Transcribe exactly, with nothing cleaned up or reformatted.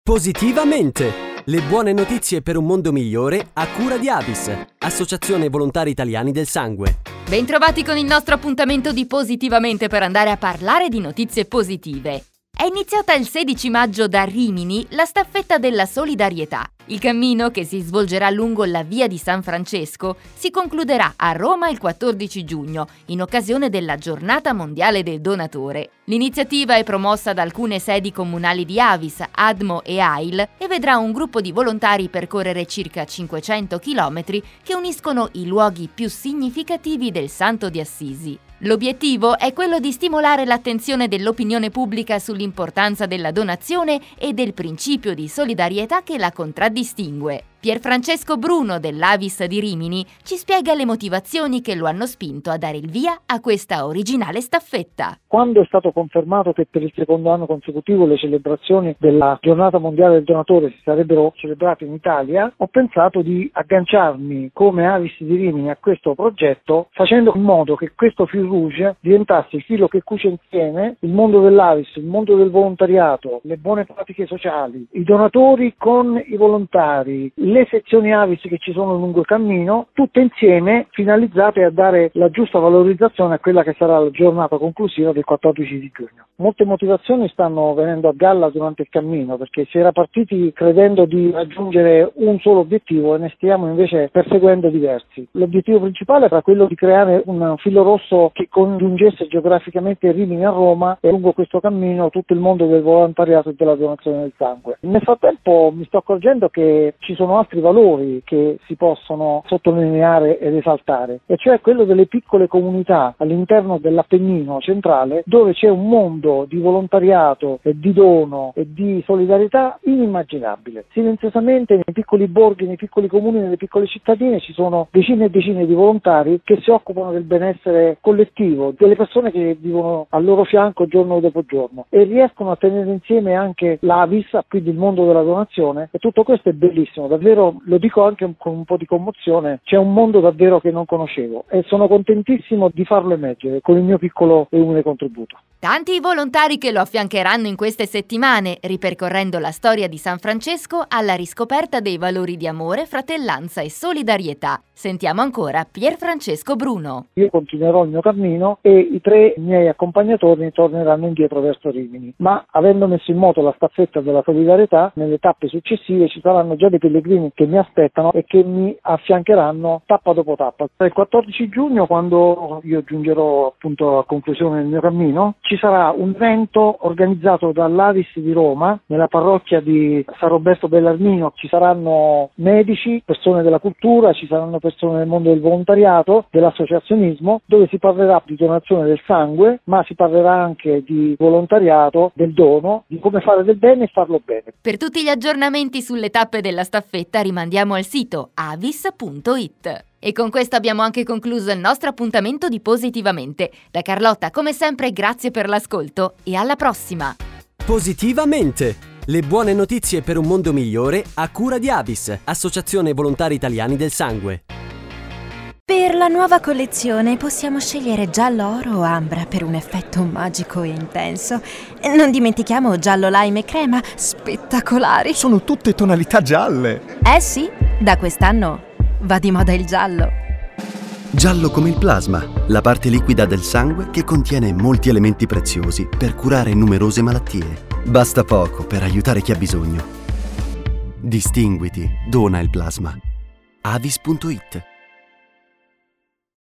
Positivamente! Le buone notizie per un mondo migliore a cura di Avis, Associazione Volontari Italiani del Sangue. Bentrovati con il nostro appuntamento di Positivamente per andare a parlare di notizie positive. È iniziata il sedici maggio da Rimini la staffetta della solidarietà. Il cammino, che si svolgerà lungo la via di San Francesco, si concluderà a Roma il quattordici giugno, in occasione della Giornata Mondiale del Donatore. L'iniziativa è promossa da alcune sedi comunali di Avis, ADMO e A I L e vedrà un gruppo di volontari percorrere circa cinquecento chilometri che uniscono i luoghi più significativi del Santo di Assisi. L'obiettivo è quello di stimolare l'attenzione dell'opinione pubblica sull'importanza della donazione e del principio di solidarietà che la contraddistingue. Pierfrancesco Bruno dell'Avis di Rimini ci spiega le motivazioni che lo hanno spinto a dare il via a questa originale staffetta. Quando è stato confermato che per il secondo anno consecutivo le celebrazioni della Giornata Mondiale del Donatore si sarebbero celebrate in Italia, ho pensato di agganciarmi come Avis di Rimini a questo progetto, facendo in modo che questo fil rouge diventasse il filo che cuce insieme il mondo dell'Avis, il mondo del volontariato, le buone pratiche sociali, i donatori con i volontari, le sezioni Avis che ci sono lungo il cammino, tutte insieme finalizzate a dare la giusta valorizzazione a quella che sarà la giornata conclusiva del quattordici di giugno. Molte motivazioni stanno venendo a galla durante il cammino, perché si era partiti credendo di raggiungere un solo obiettivo e ne stiamo invece perseguendo diversi. L'obiettivo principale era quello di creare un filo rosso che congiungesse geograficamente Rimini a Roma e lungo questo cammino tutto il mondo del volontariato e della donazione del sangue. Nel frattempo mi sto accorgendo che ci sono altri valori che si possono sottolineare ed esaltare, e cioè quello delle piccole comunità all'interno dell'Appennino centrale, dove c'è un mondo di volontariato e di dono e di solidarietà inimmaginabile. Silenziosamente nei piccoli borghi, nei piccoli comuni, nelle piccole cittadine ci sono decine e decine di volontari che si occupano del benessere collettivo, delle persone che vivono al loro fianco giorno dopo giorno, e riescono a tenere insieme anche l'Avis, quindi il mondo della donazione, e tutto questo è bellissimo, davvero lo dico anche con un po' di commozione. C'è un mondo davvero che non conoscevo e sono contentissimo di farlo emergere con il mio piccolo e umile contributo. Tanti i volontari che lo affiancheranno in queste settimane, ripercorrendo la storia di San Francesco alla riscoperta dei valori di amore, fratellanza e solidarietà. Sentiamo ancora Pierfrancesco Bruno. Io continuerò il mio cammino e i tre miei accompagnatori torneranno indietro verso Rimini, ma avendo messo in moto la staffetta della solidarietà, nelle tappe successive ci saranno già dei pellegrini che mi aspettano e che mi affiancheranno tappa dopo tappa. Il quattordici giugno, quando io giungerò appunto a conclusione del mio cammino, ci sarà un evento organizzato dall'Avis di Roma nella parrocchia di San Roberto Bellarmino. Ci saranno medici, persone della cultura, ci saranno persone del mondo del volontariato, dell'associazionismo, dove si parlerà di donazione del sangue, ma si parlerà anche di volontariato, del dono, di come fare del bene e farlo bene. Per tutti gli aggiornamenti sulle tappe della staffetta rimandiamo al sito avis punto it. E con questo abbiamo anche concluso il nostro appuntamento di Positivamente. Da Carlotta, come sempre, grazie per l'ascolto e alla prossima! Positivamente! Le buone notizie per un mondo migliore a cura di Avis, Associazione Volontari Italiani del Sangue. Per la nuova collezione possiamo scegliere giallo oro o ambra per un effetto magico e intenso. Non dimentichiamo giallo lime e crema, spettacolari. Sono tutte tonalità gialle. Eh sì, da quest'anno va di moda il giallo. Giallo come il plasma, la parte liquida del sangue che contiene molti elementi preziosi per curare numerose malattie. Basta poco per aiutare chi ha bisogno. Distinguiti, dona il plasma. avis punto it